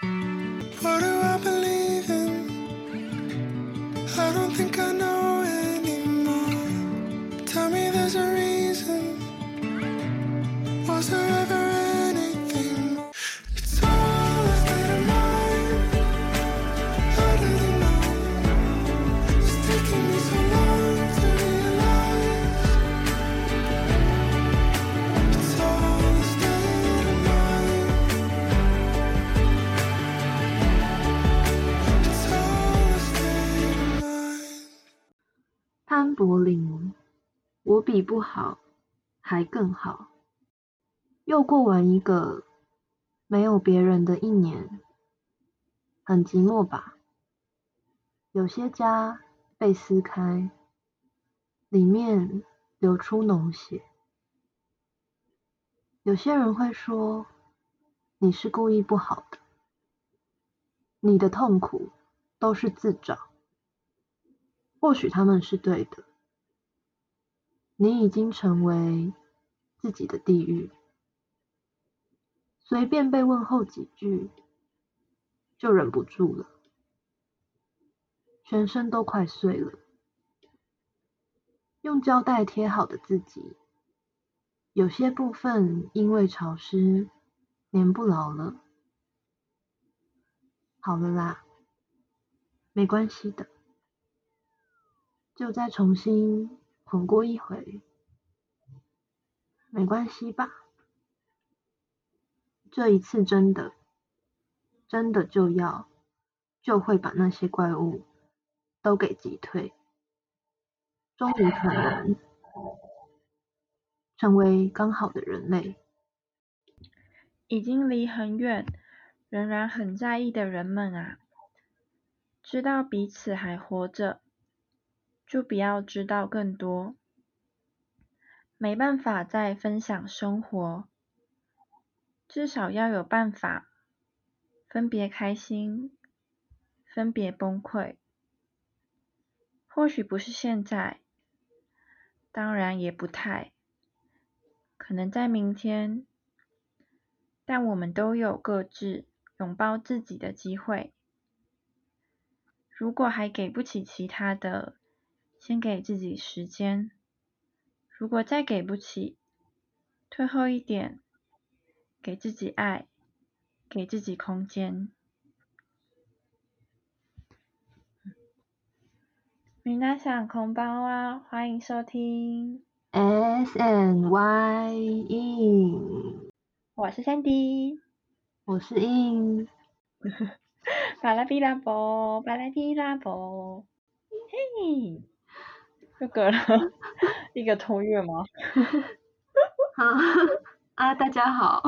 What do I believe in? I don't think I know anymore. Tell me there's a reason. Was there ever anything? It's all a state of mind. How do they know? It's taking me so long to realize. It's all a state of mind. It's all a state of mind. 潘柏林，我比不好还更好。又过完一个没有别人的一年，很寂寞吧？有些痂被撕开，里面流出脓血。有些人会说，你是故意不好的，你的痛苦都是自找。或许他们是对的，你已经成为自己的地狱。随便被问候几句，就忍不住了，全身都快碎了。用胶带贴好的自己，有些部分因为潮湿，粘不牢了。好了啦，没关系的，就再重新混过一回，没关系吧？这一次真的就会把那些怪物都给击退，终于可能成为刚好的人类。 已经离很远，仍然很在意的人们啊，知道彼此还活着，就不要知道更多。没办法再分享生活，至少要有办法分别开心，分别崩溃。或许不是现在，当然也不太，可能在明天，但我们都有各自拥抱自己的机会。如果还给不起其他的，先给自己时间。如果再给不起，退后一点，给自己爱，给自己空间。皆さんこんばんは，欢迎收听 SNY in， 我是Sandy， 我是 in， 巴拉比拉波，巴拉比拉波，嘿，又隔了一个多月吗？ 大家好。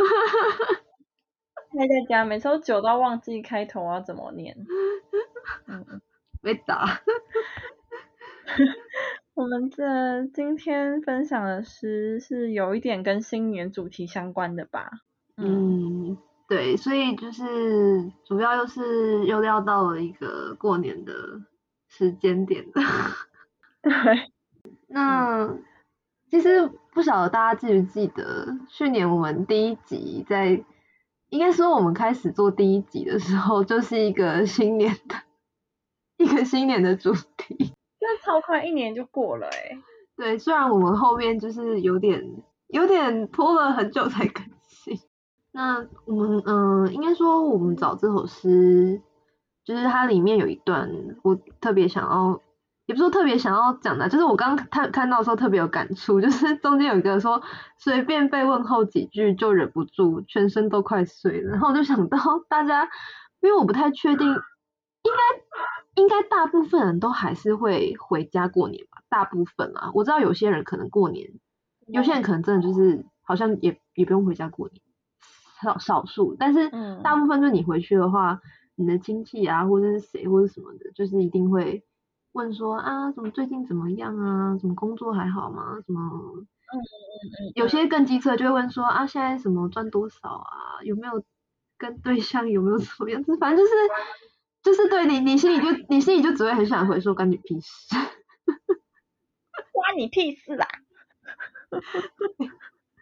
嗨大家，每次都久到忘记开头要怎么念。 被打。 我们今天分享的诗是有一点跟新年主题相关的吧？ 对，所以就是主要又要到了一个过年的时间点了。 对。 那其实不晓得大家记不记得，去年我们第一集应该说我们开始做第一集的时候，就是一个新年的主题。 这超快一年就过了对，虽然我们后面就是有点拖了很久才更新。那我们应该说我们找这首诗，就是它里面有一段我特别想要，也不是说特别想要讲的，就是我刚看到的时候特别有感触，就是中间有一个说随便被问候几句就忍不住，全身都快碎了。然后我就想到大家，因为我不太确定，应该大部分人都还是会回家过年吧，大部分啊，我知道有些人可能过年，有些人可能真的就是好像也不用回家过年，少数，但是大部分就是你回去的话，你的亲戚啊或者是谁或者什么的，就是一定会问说啊，怎么最近怎么样啊，什么工作还好吗？什么有些更机车就会问说啊，现在什么赚多少啊，有没有跟对象，有没有怎么样子，反正就是对你心里就只会很想回说干你屁事。 关你屁事啊。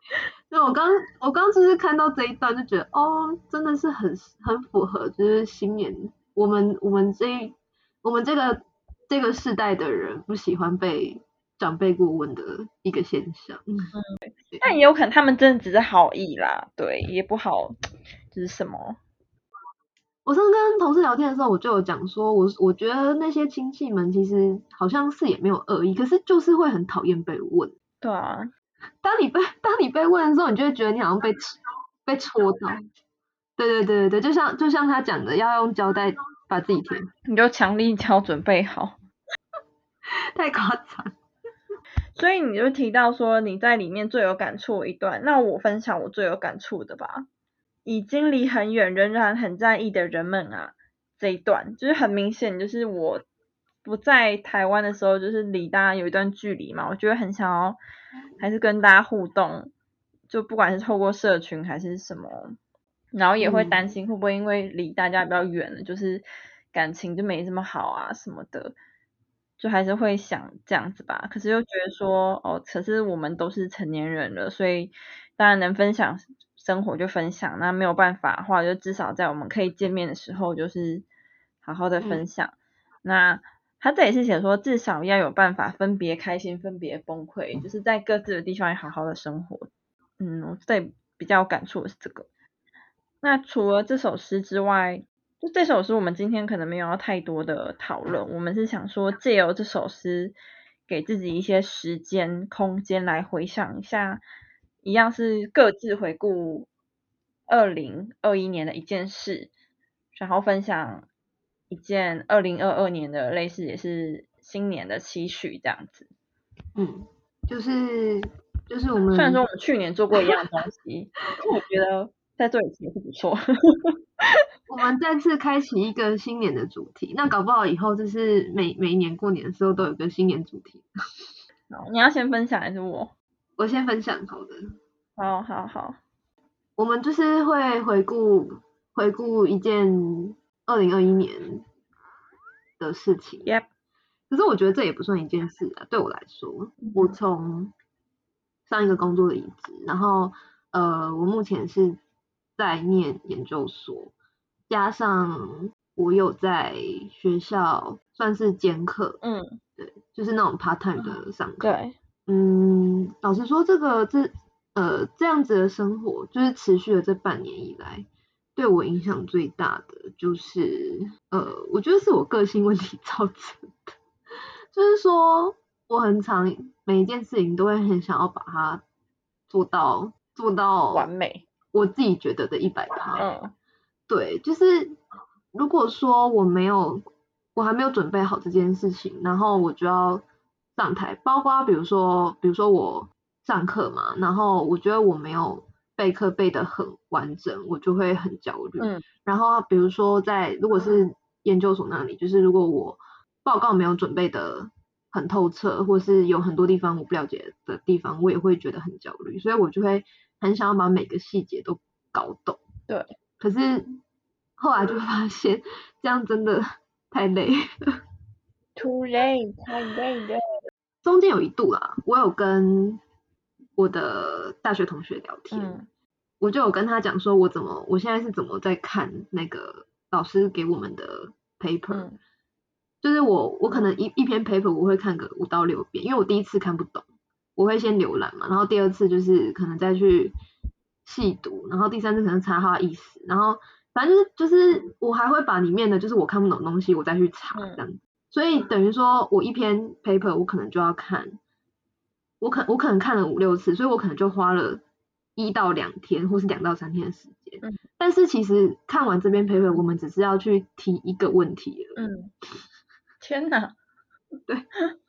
那我刚就是看到这一段就觉得，哦，真的是很符合，就是新年我们这个世代的人不喜欢被长辈过问的一个现象。 但也有可能他们真的只是好意啦，对，也不好，就是什么， 我上次跟同事聊天的时候，我就有讲说，我觉得那些亲戚们其实好像是也没有恶意，可是就是会很讨厌被问。 对啊， 当你被问的时候，你就会觉得你好像被戳到。对，就像他讲的，要用胶带把自己填， 你就强力胶准备好。 太夸张。 所以你就提到说你在里面最有感触的一段，那我分享我最有感触的吧。已经离很远，仍然很在意的人们啊，这一段就是很明显，就是我不在台湾的时候，就是离大家有一段距离嘛，我觉得很想要还是跟大家互动，就不管是透过社群还是什么，然后也会担心会不会因为离大家比较远了，就是感情就没这么好啊什么的。就还是会想这样子吧，可是又觉得说，哦，可是我们都是成年人了，所以当然能分享生活就分享，那没有办法的话，就至少在我们可以见面的时候，就是好好的分享。那他这里是写说，至少要有办法分别开心，分别崩溃，就是在各自的地方也好好的生活。我对比较有感触的是这个。那除了这首诗之外，就这首诗我们今天可能没有要太多的讨论，我们是想说借由这首诗给自己一些时间空间来回想一下，一样是各自回顾2021年的一件事，然后分享一件2022年的类似也是新年的期许这样子。 就是我虽然们说我们去年做过一样的东西，可是我觉得再做一次也是不错。 我们再次开启一个新年的主题，那搞不好以后就是每一年过年的时候都有个新年主题。 好，你要先分享还是我？ 我先分享好的， 好， 我们就是会回顾一件2021年的事情。 Yep， 可是我觉得这也不算一件事啊，对我来说，我从上一个工作的离职，然后我目前是在念研究所，加上我有在学校算是兼课，对，就是那种 part time 的上课。 对， 老实说，这样子的生活，就是持续了这半年以来，对我影响最大的就是我觉得是我个性问题造成的。就是说，我很常每一件事情都会很想要把它做到完美。 我自己觉得的100%。对，就是如果说我还没有准备好这件事情，然后我就要上台，包括比如说我上课嘛，然后我觉得我没有备课备得很完整，我就会很焦虑。然后比如说如果是研究所那里，就是如果我报告没有准备的很透彻，或是有很多地方我不了解的地方，我也会觉得很焦虑，所以我就会很想要把每个细节都搞懂。 对， 可是后来就发现这样真的太累了。 太累了。 中间有一度啦，我有跟我的大学同学聊天，我就有跟他讲说我现在是怎么在看那个老师给我们的 paper，就是我可能一篇 paper 我会看个5到6遍，因为我第一次看不懂，我会先浏览嘛，然后第二次就是可能再去细读，然后第三次可能查它的意思，然后反正就是我还会把里面的就是我看不懂的东西我再去查这样子。所以等于说我一篇 paper 我可能就要看，我可能看了5、6次，所以我可能就花了1到2天或是2到3天的时间。但是其实看完这篇 paper，我们只是要去提一个问题而已。 天哪！ 对，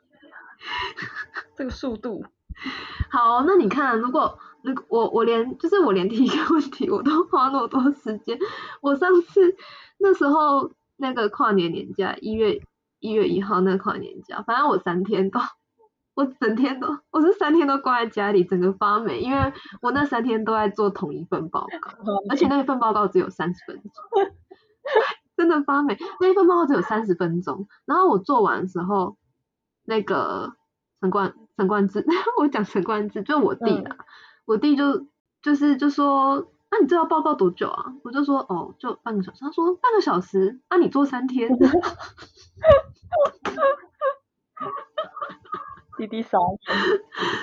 这个速度。 好，那你看，如果我连提一个问题我都花那么多时间，我上次那时候那个跨年年假1月1号那个跨年年假，反正我3天都，我是3天都关在家里，整个发霉，因为我那3天都在做同一份报告，而且那份报告只有30分钟，真的发霉，那一份报告只有30分钟，然后我做完的时候，那个陈冠志，我讲陈冠志就是我弟啦，我弟就就说那你这要报告多久啊？我就说哦，就半个小时。他说半个小时，啊你做3天， 弟弟傻眼。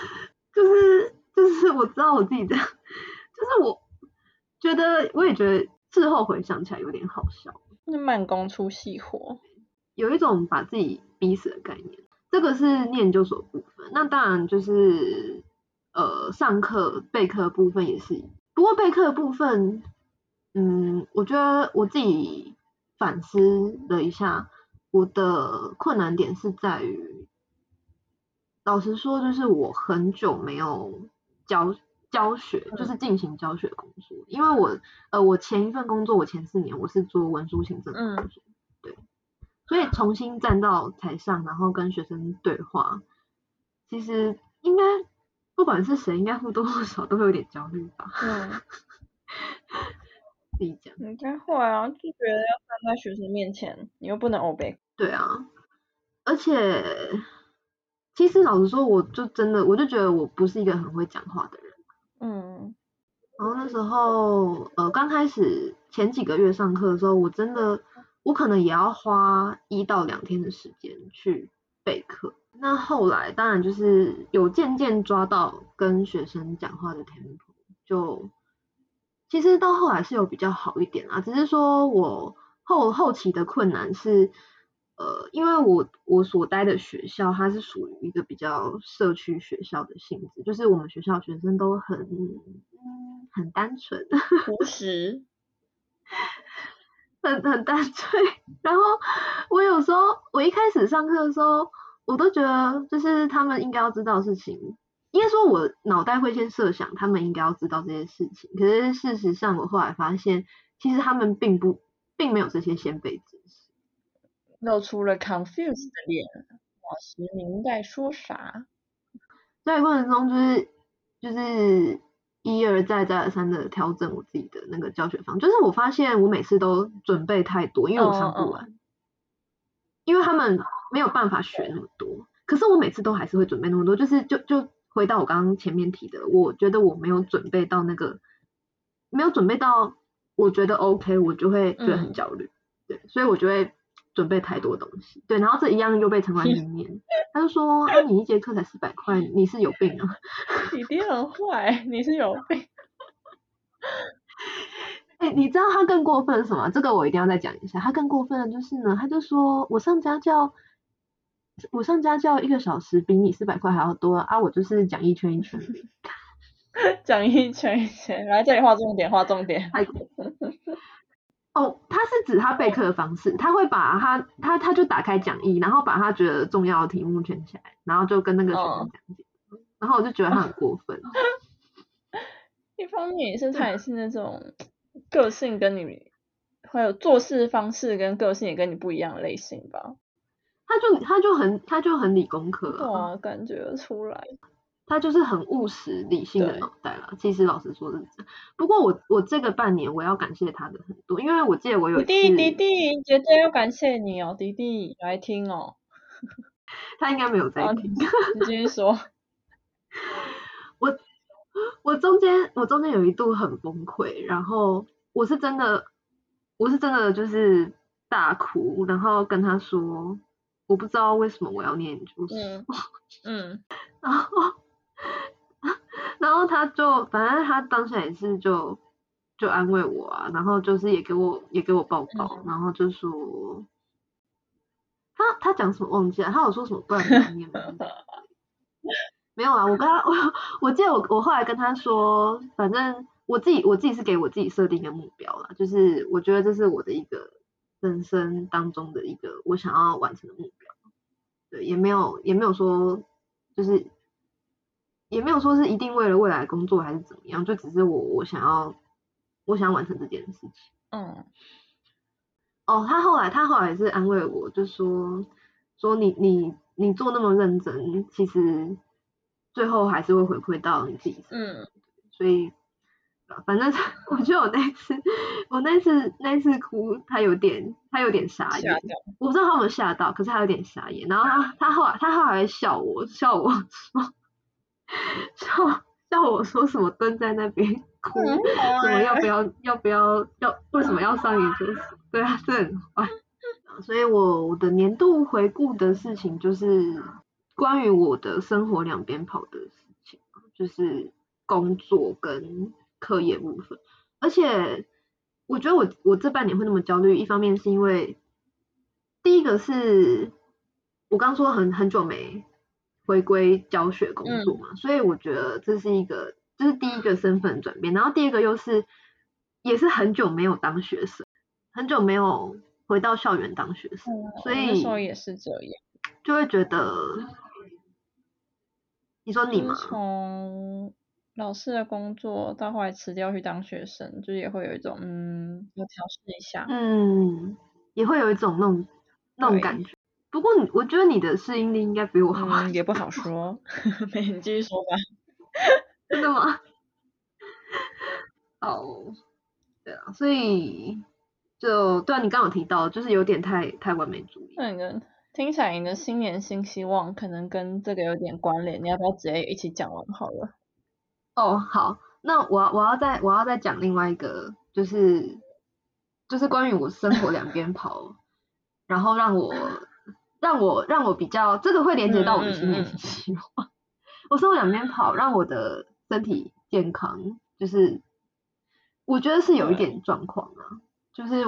就是我知道我自己这样，就是我也觉得事后回想起来有点好笑， 那慢工出细活。 有一种把自己逼死的概念。这个是念研究所部分，那当然就是上课备课部分也是，不过备课部分，我觉得我自己反思了一下，我的困难点是在于，老实说，就是我很久没有教学，就是进行教学工作，因为我前一份工作，我前4年我是做文书行政工作，对，所以重新站到台上，然后跟学生对话，其实应该不管是谁，应该或多或少都会有点焦虑吧。自己讲。 应该会啊，就觉得要站在学生面前，你又不能欧背。 对啊，而且其实老实说，我就觉得我不是一个很会讲话的人。然后那时候刚开始前几个月上课的时候，我可能也要花1到2天的时间去备课。那后来当然就是有渐渐抓到跟学生讲话的 tempo， 就其实到后来是有比较好一点啦，只是说我后期的困难是，因为我所待的学校它是属于一个比较社区学校的性质，就是我们学校学生都很单纯， 朴实。 很单纯。然后我一开始上课的时候，我都觉得就是他们应该要知道的事情，应该说我脑袋会先设想他们应该要知道这些事情，可是事实上我后来发现，其实他们并没有这些先辈知识。 露出了 confused 的脸。老师您在说啥？ 在过程中就是一而再再而三的调整我自己的那个教学方，就是我发现我每次都准备太多，因为我上不完，因为他们没有办法学那么多，可是我每次都还是会准备那么多，就回到我刚刚前面提的，我觉得我没有准备到我觉得 OK， 我就会觉得很焦虑，对，所以我就会准备太多东西，对，然后这一样又被陈冠廷念，他就说啊，你一节课才400块，你是有病啊！ 弟弟很坏，你是有病。 你知道他更过分什么？这个我一定要再讲一下。他更过分的就是呢，他就说我上家教1个小时比你400块还要多啊，我就是讲一圈一圈的。 讲一圈一圈，来这里画重点，画重点。 他是指他备课的方式，他会把他就打开讲义，然后把他觉得重要的题目圈起来，然后就跟那个学生讲解，然后我就觉得他很过分。 一方面也是他也是那种个性跟你，还有做事方式跟个性也跟你不一样的类型吧。 他就很理工科啊，感觉出来。 他就是很务实理性的脑袋啦，其实老实说是这样。不过我这个半年我要感谢他的很多，因为我记得我有一次弟弟绝对要感谢你哦，弟弟来听哦。 他应该没有在听。 你继续说。 我中间有一度很崩溃，然后我是真的就是大哭，然后跟他说我不知道为什么我要念研究所。然后他就反正他当下也是就安慰我啊，然后就是也给我报告，然后就说他讲什么忘记了，他有说什么不然你要念吗？没有啊，我记得我后来跟他说，反正我自己是给我自己设定一个目标啦，就是我觉得这是我的一个人生当中的一个我想要完成的目标，对，也没有说就是也没有说是一定为了未来工作还是怎么样，就只是我想要完成这件事情。他后来也是安慰我，就说你做那么认真，其实最后还是会回馈到你自己身上。所以反正我觉得我那次哭，他有点傻眼，我不知道他有没有吓到，可是他有点傻眼。然后他后来笑我说笑叫我说什么蹲在那边哭，什么为什么要上研究所？对啊，这很坏。所以我的年度回顾的事情就是关于我的生活两边跑的事情，就是工作跟课业部分。而且我觉得我这半年会那么焦虑，一方面是因为第一个是我刚说很久没回归教学工作嘛，所以我觉得这是这是第一个身份转变。然后第二个也是很久没有当学生，很久没有回到校园当学生，所以我那时候也是这样， 就会觉得，你说你吗？ 就是从老师的工作到后来辞掉去当学生，就也会有一种要调试一下， 也会有一种那种感觉。不过我觉得你的适应力应该比我好。 也不好说，你继续说吧。 真的吗？哦，对啊，所以对啊，你刚刚有提到，就是有点太完美主义。 听起来你的新年新希望可能跟这个有点关联，你要不要直接一起讲完好了？ 哦，好，那我要再讲另外一个，就是关于我生活两边跑，然后让我比较，这个会连接到我的新年新希望。我生活两边跑，让我的身体健康，就是我觉得是有一点状况啊，就是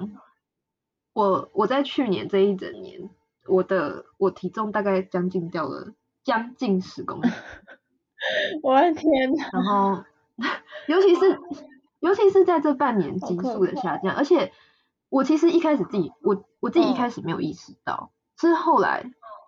我在去年这一整年，我体重大概将近掉了将近10公斤。 我的天哪！ 然后尤其是在这半年急速的下降，而且我其实一开始我自己一开始没有意识到，是后来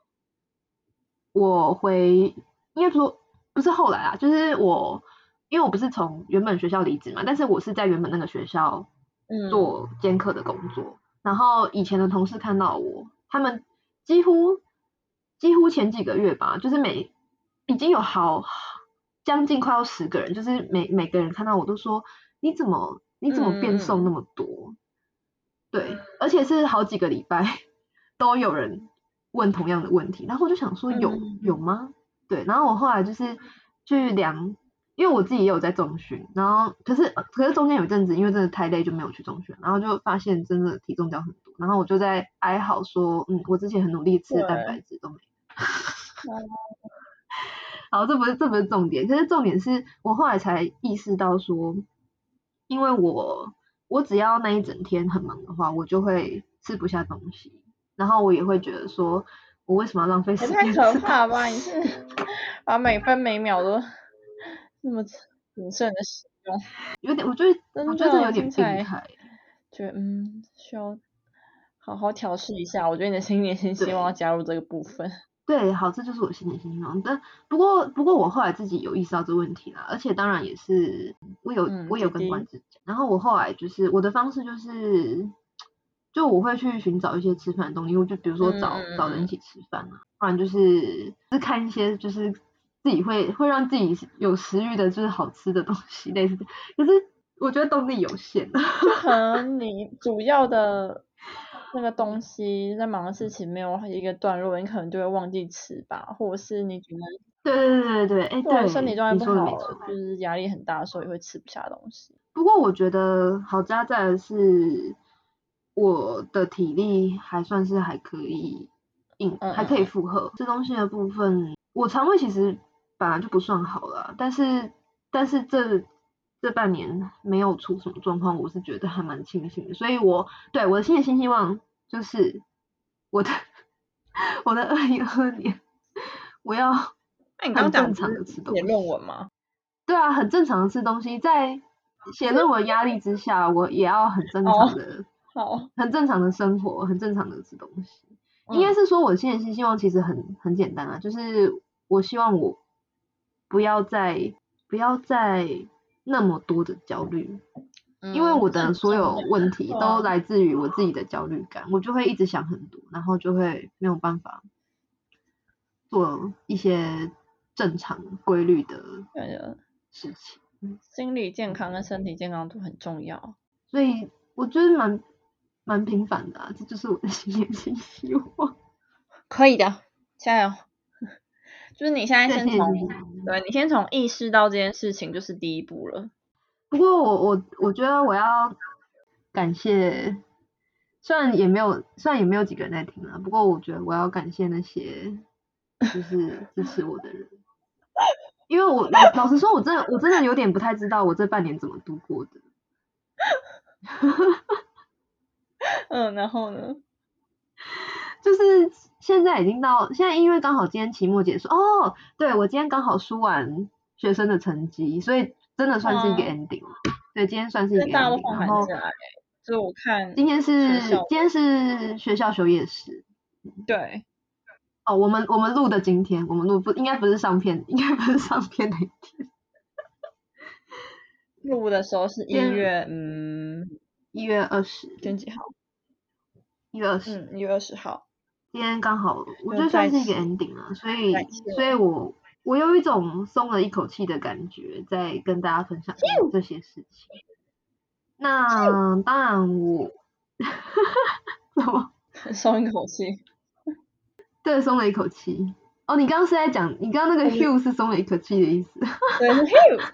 应该说不是后来啊，就是因为我不是从原本学校离职嘛，但是我是在原本那个学校做兼课的工作，然后以前的同事看到我，他们几乎前几个月吧，就是已经有将近快要10个人，就是每个人看到我都说你怎么变瘦那么多？对，而且是好几个礼拜都有人问同样的问题，然后我就想说有吗？对，然后我后来就是去量，因为我自己也有在重训，然后可是中间有一阵子因为真的太累就没有去重训，然后就发现真的体重掉很多，然后我就在哀嚎说，我之前很努力吃蛋白质都没。好，这不是重点，可是重点是我后来才意识到说，因为我只要那一整天很忙的话，我就会吃不下东西，然后我也会觉得说，我为什么要浪费时间？ 也太可怕了吧！你是把每分每秒都那么谨慎的使用， 我觉得这有点病态， 觉得需要好好调试一下。我觉得你的新年新希望要加入这个部分。 对，好，这就是我新年新希望。但不过我后来自己有意识到这个问题啦，而且当然也是我有跟关子讲，然后我后来就是我的方式就我会去寻找一些吃饭的东西，就比如说找人一起吃饭啊，不然就是看一些就是自己会让自己有食欲的，就是好吃的东西类似的。可是我觉得动力有限， 就可能你主要的那个东西在忙的事情没有一个段落，你可能就会忘记吃吧，或者是你可能对，对， 身体状态不好， 你说的没错， 就是压力很大的时候也会吃不下东西。 不过我觉得好加在的是，我的体力还算是还可以还可以负荷。吃东西的部分，我肠胃其实本来就不算好啦，但是这半年没有出什么状况，我是觉得还蛮庆幸的。所以我的新年新希望就是我的2022年，我要很正常的吃东西。 写论文吗？ 对啊，很正常的吃东西，在写论文压力之下，我也要很正常的很正常的生活，很正常的吃东西。应该是说我的新年新希望其实很简单啊，就是我希望我不要再那么多的焦虑，因为我的所有问题都来自于我自己的焦虑感，我就会一直想很多，然后就会没有办法做一些正常规律的事情。 心理健康跟身体健康都很重要， 所以我觉得蛮平凡的啊，这就是我的新年新希望。 可以的，加油！ 就是你现在对， 先谢谢谢谢。 对你先从意识到这件事情就是第一步了。 不过我觉得我要感谢，虽然也没有几个人在听啊，不过我觉得我要感谢那些就是支持我的人，因为我老实说，我真的有点不太知道我这半年怎么度过的。 然后呢？ 就是现在因为刚好今天期末结束哦，对，我今天刚好输完学生的成绩，所以真的算是一个 ending。对，今天算是一个因为大家都 ending。 放然后寒假就是我看今天学校是学校休夜市。 对， 哦，我们录的今天，我们录应该不是上片，应该不是上片那一天。 录的时候是今天 1月 1月20， 今天几号 1月20， 1月20号。 今天刚好我觉就得算是一个在此 ending 啊，所感以谢我有一种松了一口气的感觉，在跟大家分享这些事情。那当然我怎么松一口气。 对松了一口气？哦，你刚刚是在讲，你刚刚那个 hue 是松了一口气的意思。 对，是 hue。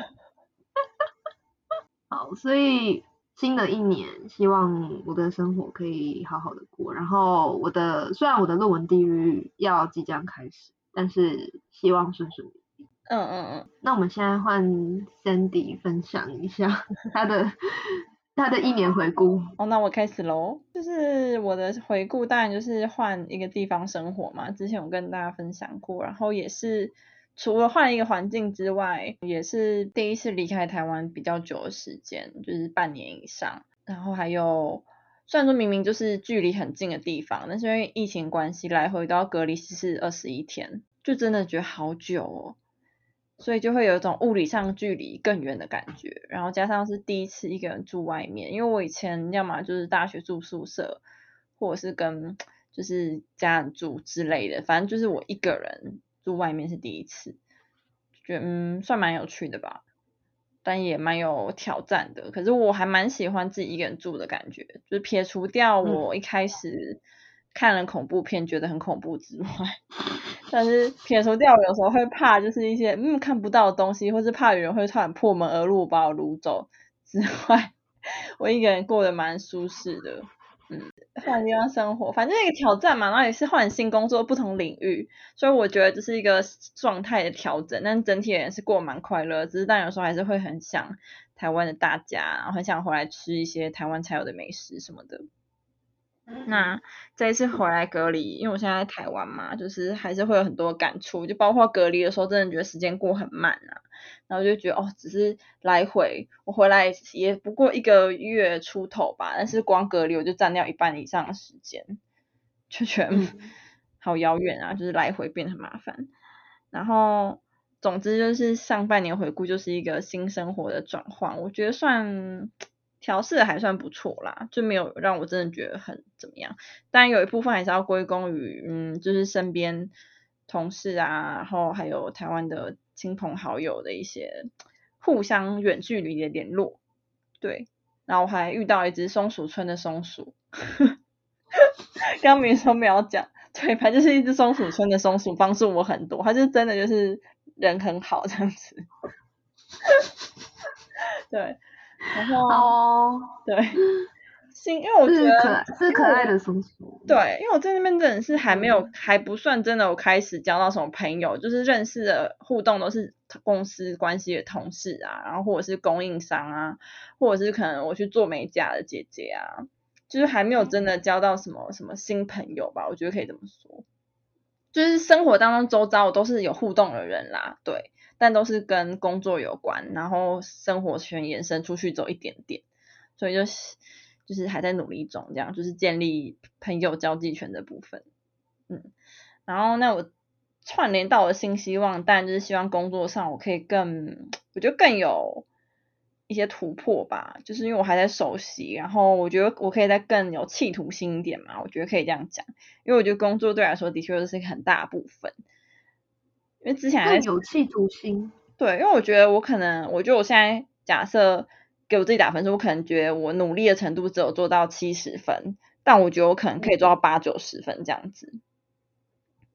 好，所以新的一年，希望我的生活可以好好的过。然后虽然我的论文地狱要即将开始，但是希望顺顺利。那我们现在换 Sandy 分享一下他的一年回顾。 那我开始咯。就是我的回顾当然就是换一个地方生活嘛，之前有跟大家分享过，然后也是除了换一个环境之外，也是第一次离开台湾比较久的时间，就是半年以上。然后还有虽然说明明就是距离很近的地方，但是因为疫情关系来回都要隔离21天，就真的觉得好久哦。所以就会有一种物理上距离更远的感觉，然后加上是第一次一个人住外面，因为我以前要么就是大学住宿舍，或者是跟就是家人住之类的，反正就是我一个人住外面是第一次，觉得算蛮有趣的吧，但也蛮有挑战的。可是我还蛮喜欢自己一个人住的感觉，就是撇除掉我一开始看了恐怖片觉得很恐怖之外，但是撇除掉我有时候会怕就是一些看不到的东西，或是怕有人会突然破门而入把我掳走之外，我一个人过得蛮舒适的。换地方生活，反正一个挑战嘛，然后也是换新工作不同领域，所以我觉得这是一个状态的调整，但整体也是过蛮快乐，只是但有时候还是会很想台湾的大家，然后很想回来吃一些台湾才有的美食什么的。那这一次回来隔离，因为我现在在台湾嘛，就是还是会有很多感触，就包括隔离的时候，真的觉得时间过很慢啊，然后就觉得只是来回，我回来也不过1个月出头吧，但是光隔离我就占掉1半以上的时间，就觉得好遥远啊，就是来回变得很麻烦。然后总之就是上半年回顾就是一个新生活的转换，我觉得算调试的还算不错啦，就没有让我真的觉得很怎么样。当然有一部分还是要归功于就是身边同事啊，然后还有台湾的亲朋好友的一些互相远距离的联络，对。然后我还遇到一只松鼠村的松鼠，刚明说没有讲，对，反正就是一只松鼠村的松鼠帮助我很多，它就真的就是人很好这样子，对。然后对，因为我觉得是可爱的松鼠。 对，因为我在那边真的是还不算真的有开始交到什么朋友，就是认识的互动都是公司关系的同事啊，然后或者是供应商啊，或者是可能我去做美甲的姐姐啊，就是还没有真的交到什么新朋友吧，我觉得可以这么说。就是生活当中周遭我都是有互动的人啦，对，但都是跟工作有关，然后生活圈延伸出去走一点点，所以就是还在努力中，这样就是建立朋友交际圈的部分。然后那我串联到我的新希望，但就是希望工作上我可以我觉得更有一些突破吧，就是因为我还在熟悉，然后我觉得我可以再更有企图心一点嘛，我觉得可以这样讲，因为我觉得工作对我来说的确是一个很大的部分，因为之前还更有企图心。 对，因为我觉得我现在假设给我自己打分数，我可能觉得我努力的程度只有做到70分，但我觉得我可能可以做到80-90分这样子。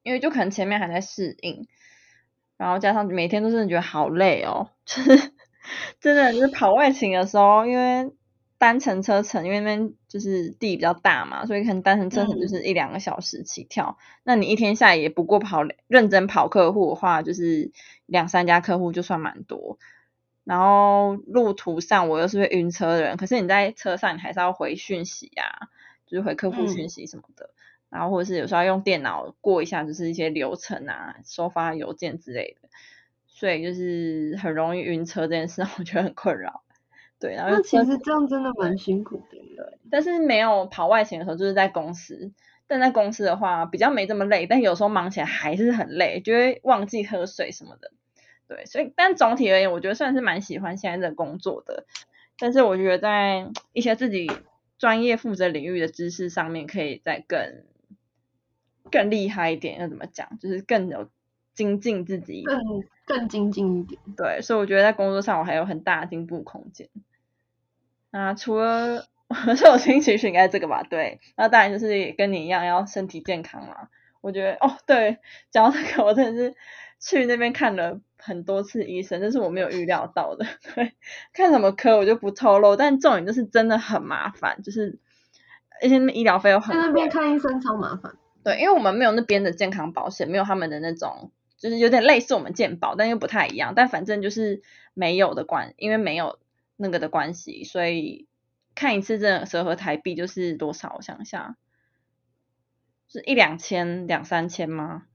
因为就可能前面还在适应，然后加上每天都真的觉得好累哦，就是真的就是跑外勤的时候，因为单程车程，因为那边就是地比较大嘛，所以可能单程车程就是1-2个小时起跳。那你一天下来也不过认真跑客户的话，就是2-3家客户就算蛮多。然后路途上我又是会晕车的人，可是你在车上你还是要回讯息啊，就是回客户讯息什么的。然后或者是有时候要用电脑过一下，就是一些流程啊，收发邮件之类的，所以就是很容易晕车这件事，我觉得很困扰。对，然后那其实这样真的蛮辛苦的。 对，但是没有跑外勤的时候，就是在公司。但在公司的话，比较没这么累，但有时候忙起来还是很累，就会忘记喝水什么的。对，所以但总体而言，我觉得算是蛮喜欢现在的工作的。但是我觉得在一些自己专业负责领域的知识上面，可以再更厉害一点。要怎么讲？就是更有精进自己， 更精进一点。 对，所以我觉得在工作上我还有很大的进步空间。那除了受薪期许应该这个吧，对，那当然就是也跟你一样要身体健康啦。我觉得对，讲到这个，我真的是去那边看了很多次医生，这是我没有预料到的。对，看什么科我就不透露，但重点就是真的很麻烦，就是而且医疗费又很贵。 在那边看医生超麻烦。 对，因为我们没有那边的健康保险，没有他们的那种，就是有点类似我们健保，但又不太一样。但反正就是没有的因为没有那个的关系，所以看一次真的折合台币就是多少？我想一下，是1-2千、2-3千吗？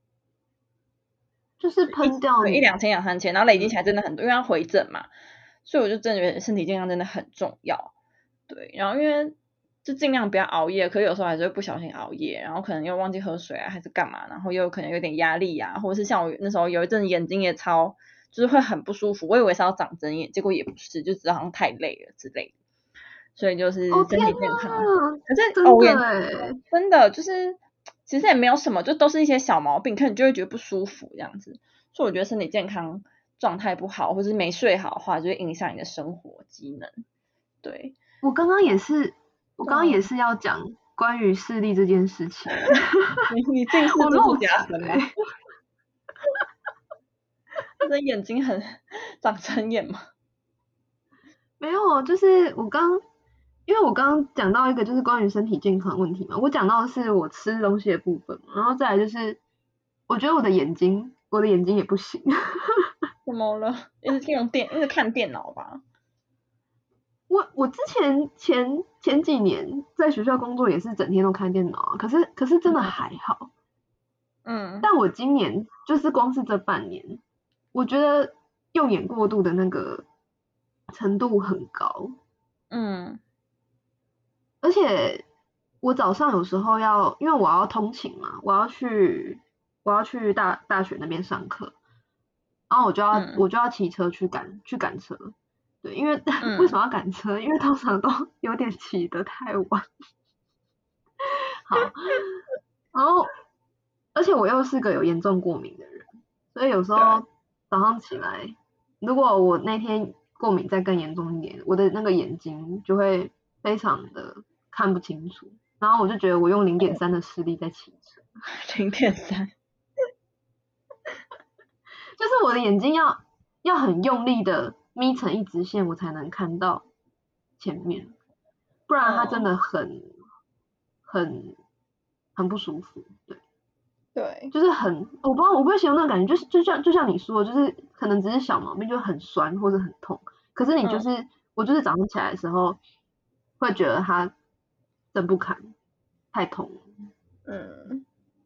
就是喷掉你 1-2千、2-3千，然后累积起来真的很多，因为要回诊嘛，所以我就真的觉得身体健康真的很重要。对，然后因为就尽量不要熬夜，可是有时候还是会不小心熬夜，然后可能又忘记喝水啊，还是干嘛，然后又可能有点压力啊，或者是像我那时候有一阵眼睛也就是会很不舒服，我以为是要长针眼，结果也不是，就只是好像太累了之类的，所以就是身体健康。可是真的真的就是其实也没有什么，就都是一些小毛病，可能就会觉得不舒服这样子。所以我觉得身体健康状态不好，或者是没睡好的话，就会影响你的生活机能。对， 我刚刚也是要讲关于视力这件事情。 你近视我度数漏讲加深吗？你的眼睛很长针眼吗？ 没有，就是因为我刚刚讲到一个就是关于身体健康问题嘛，我讲到的是我吃东西的部分，然后再来就是我觉得我的眼睛也不行。 怎么了？一直看电脑吧？ 我之前几年在学校工作也是整天都看电脑啊，可是真的还好。但我今年就是光是这半年，我觉得用眼过度的那个程度很高。而且我早上有时候因为我要通勤嘛，我要去大学那边上课，然后我就要骑车去赶车。对，因为为什么要赶车？因为通常都有点骑得太晚。好，然后而且我又是个有严重过敏的人，所以有时候早上起来，如果我那天过敏再更严重一点，我的那个眼睛就会非常的看不清楚，然后我就觉得我用0.3的视力在骑车。 0.3， 就是我的眼睛要很用力的眯成一直线，我才能看到前面，不然它真的很不舒服。 对， 就是我不会形容那个感觉，就像你说的，就是可能只是小毛病，就很酸或者很痛，可是我就是早上起来的时候会觉得它真不堪，太痛了。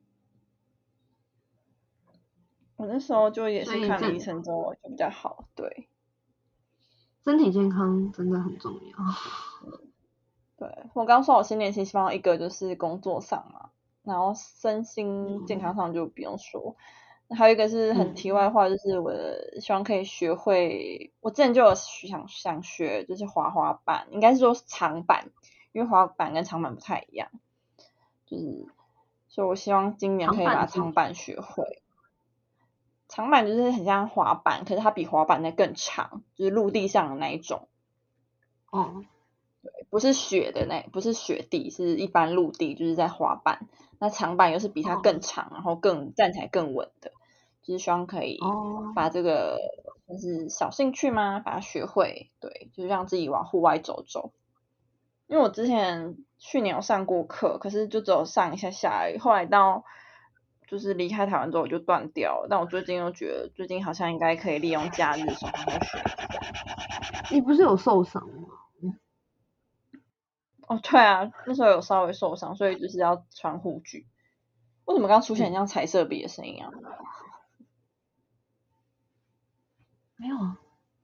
我那时候就也是所以看了医生之后就比较好。对， 身体健康真的很重要。 对，我刚说我新年新希望一个就是工作上嘛，然后身心健康上就不用说，还有一个是很题外话，就是我希望可以学会，我之前就有想学就是滑滑板，应该是说长板，因为滑板跟长板不太一样，就是所以我希望今年可以把长板学会。长板就是很像滑板，可是它比滑板的更长，就是陆地上的那一种。 不是雪的不是雪地，是一般陆地，就是在滑板。那长板又是比它更长，然后站起来更稳的，就是希望可以把这个算是小兴趣吗？把它学会，对，就是让自己往户外走走。因为我去年有上过课，可是就只有上一下下而已，后来到就是离开台湾之后我就断掉了。但我最近又觉得，最近好像应该可以利用假日的时候好好学一下。 你不是有受伤吗？ 哦，对啊，那时候有稍微受伤，所以就是要穿护具。为什么刚出现像彩色笔的声音啊？ 没有啊。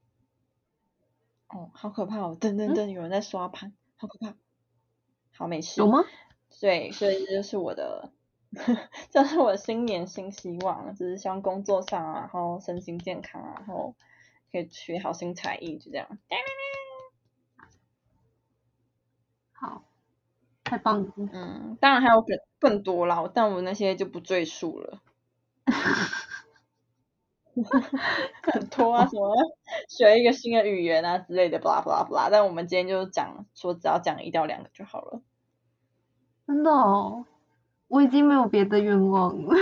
哦，好可怕哦！噔噔噔，有人在刷盘，好可怕。好，没事。 有吗？ 对，所以这就是我的，这是我的新年新希望，就是希望工作上啊，然后身心健康啊，然后可以学好新才艺，就这样。 好，太棒了。 当然还有更多啦，但我那些就不赘述了。很多啊，什么学一个新的语言啊之类的，blah blah blah。但我们今天就说只要讲1到2个就好了。 真的哦，我已经没有别的愿望了。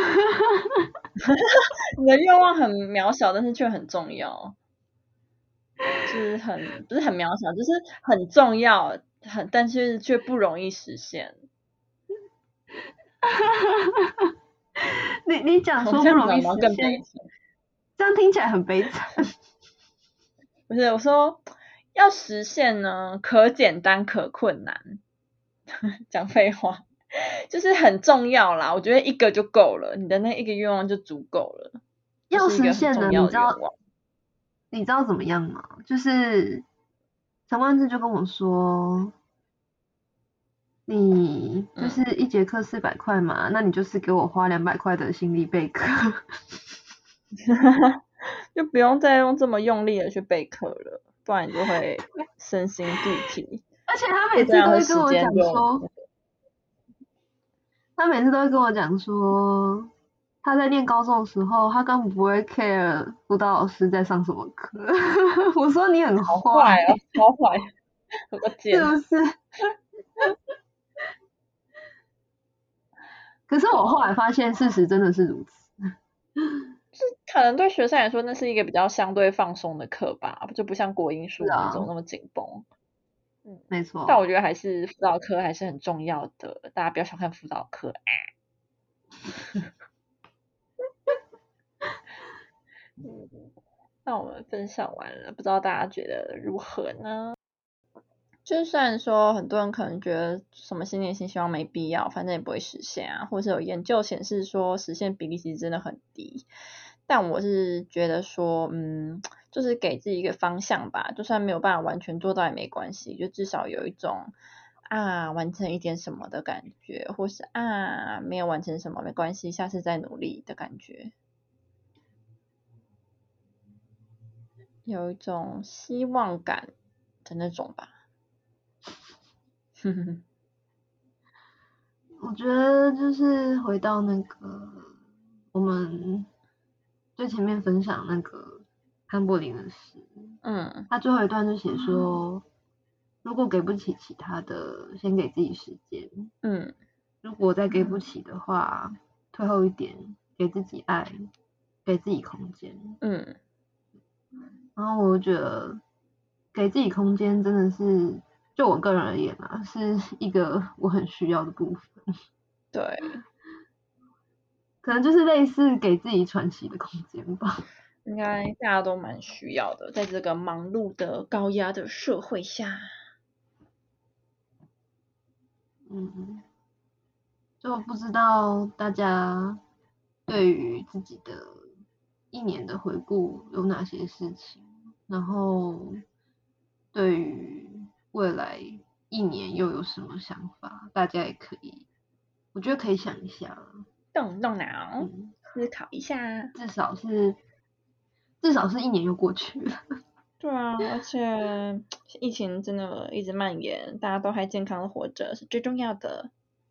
你的愿望很渺小，但是却很重要。就是不是很渺小，就是很重要，但是却不容易实现。 你讲说不容易实更悲现， 惨。 这样听起来很悲惨。 不是，我说要实现呢，可简单可困难。讲废话，就是很重要啦。我觉得一个就够了，你的那一个愿望就足够了。 要是一个实现的， 很重要的愿望。 你知道怎么样吗？就是陈冠志就跟我说，你就是1节课400块嘛，那你就是给我花200块的心理备课。 就不用再用这么用力的去备课了，不然你就会身心俱疲。 而且他每次都会跟我讲说，他在念高中的时候，他根本不会 care 辅导老师在上什么课。我说你很好坏哦，好坏，我的天， 是不是？可是我后来发现，事实真的是如此。 可能对学生来说，那是一个比较相对放松的课吧，就不像国英数那种那么紧绷。 没错。 但我觉得还是辅导课还是很重要的，大家不要小看辅导课。那我们分享完了，不知道大家觉得如何呢？就虽然说很多人可能觉得什么新年新希望没必要，反正也不会实现啊，或者是有研究显示说实现比例其实真的很低，但我是觉得说，就是给自己一个方向吧，就算没有办法完全做到也没关系，就至少有一种完成一点什么的感觉，或是没有完成什么没关系，下次再努力的感觉，有一种希望感的那种吧。 我觉得就是回到那个我们最前面分享那个汉柏林的诗，他最后一段就写说，如果给不起其他的，先给自己时间。如果再给不起的话，退后一点，给自己爱，给自己空间。然后我觉得给自己空间真的是，就我个人而言啊，是一个我很需要的部分。 对， 可能就是类似给自己喘息的空间吧。 应该大家都蛮需要的，在这个忙碌的高压的社会下。 就不知道大家对于自己的1年的回顾有哪些事情，然后对于未来1年又有什么想法，大家也可以，我觉得可以想一下， 动动脑，思考一下。 至少是1年又过去了。 对啊，而且疫情真的一直蔓延，大家都还健康的活着是最重要的。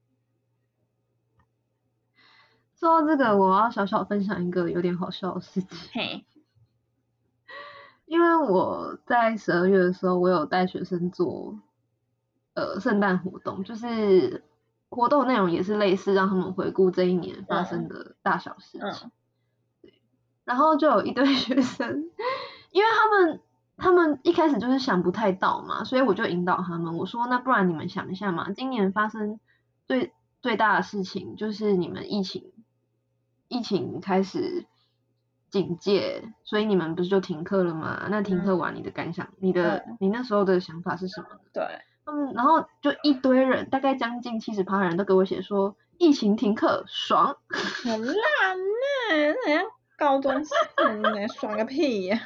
说到这个，我要小小分享一个有点好笑的事情。 嘿， 因为我在12月的时候，我有带学生做圣诞活动，就是活动内容也是类似，让他们回顾这一年发生的大小事情。然后就有一堆学生，因为他们一开始就是想不太到嘛，所以我就引导他们，我说那不然你们想一下嘛，今年发生最大的事情就是你们疫情开始警戒，所以你们不是就停课了吗？那停课完你的感想，你那时候的想法是什么呢？ 对， 然后就一堆人，大概将近70%人都给我写说疫情停课爽， 很烂呢，人家高中生呢，爽个屁呀！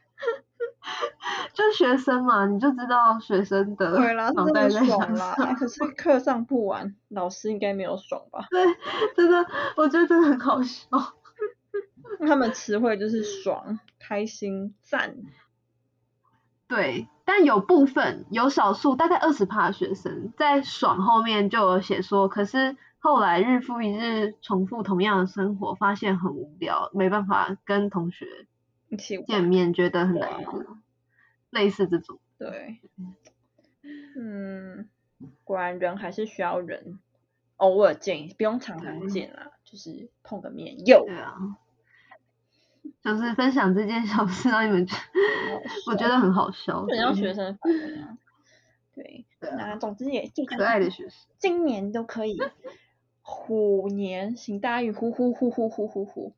就是学生嘛，你就知道学生的对啦，是真的脑袋在爽啦， 想什么。 可是课上不完，老师应该没有爽吧？ 对，真的，我觉得真的很好笑。 他们词汇就是爽、开心、赞。 对，但有少数大概20%的学生在爽后面就有写说，可是后来日复一日重复同样的生活，发现很无聊，没办法跟同学一起玩见面，觉得很难过，类似这种。 对，果然人还是需要人，偶尔见，不用常常见啦，就是碰个面。 对啊，就是分享这件小事让你们我觉得很好笑， 就像学生反应啊。对，那总之也祝可爱的学生， 今年都可以虎年行大运，呼呼呼呼呼呼呼。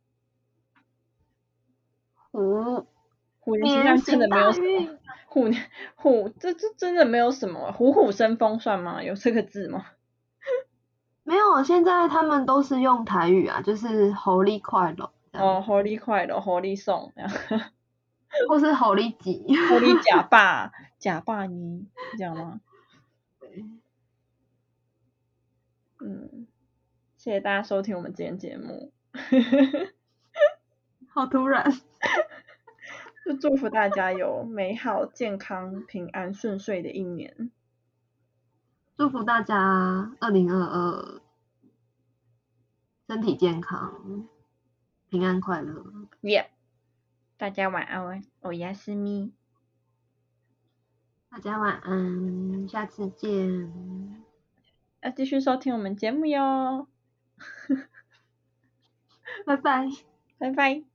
虎年行大运真的没有什么，这真的没有什么，虎虎生风算吗？有这个字吗？ 没有，现在他们都是用台语啊，就是猴力快乐。 哦，猴力快乐，猴力送， 或是猴力吉， 猴力假爸你这样吗？ 对， 谢谢大家收听我们今天节目。 好突然。 就祝福大家有美好、健康、平安、顺遂的一年。 祝福大家2022身体健康，平安快乐。 Yep， 大家晚安，我亚斯咪。 大家晚安，下次见。 要继续收听我们节目哟。 拜拜。 拜拜。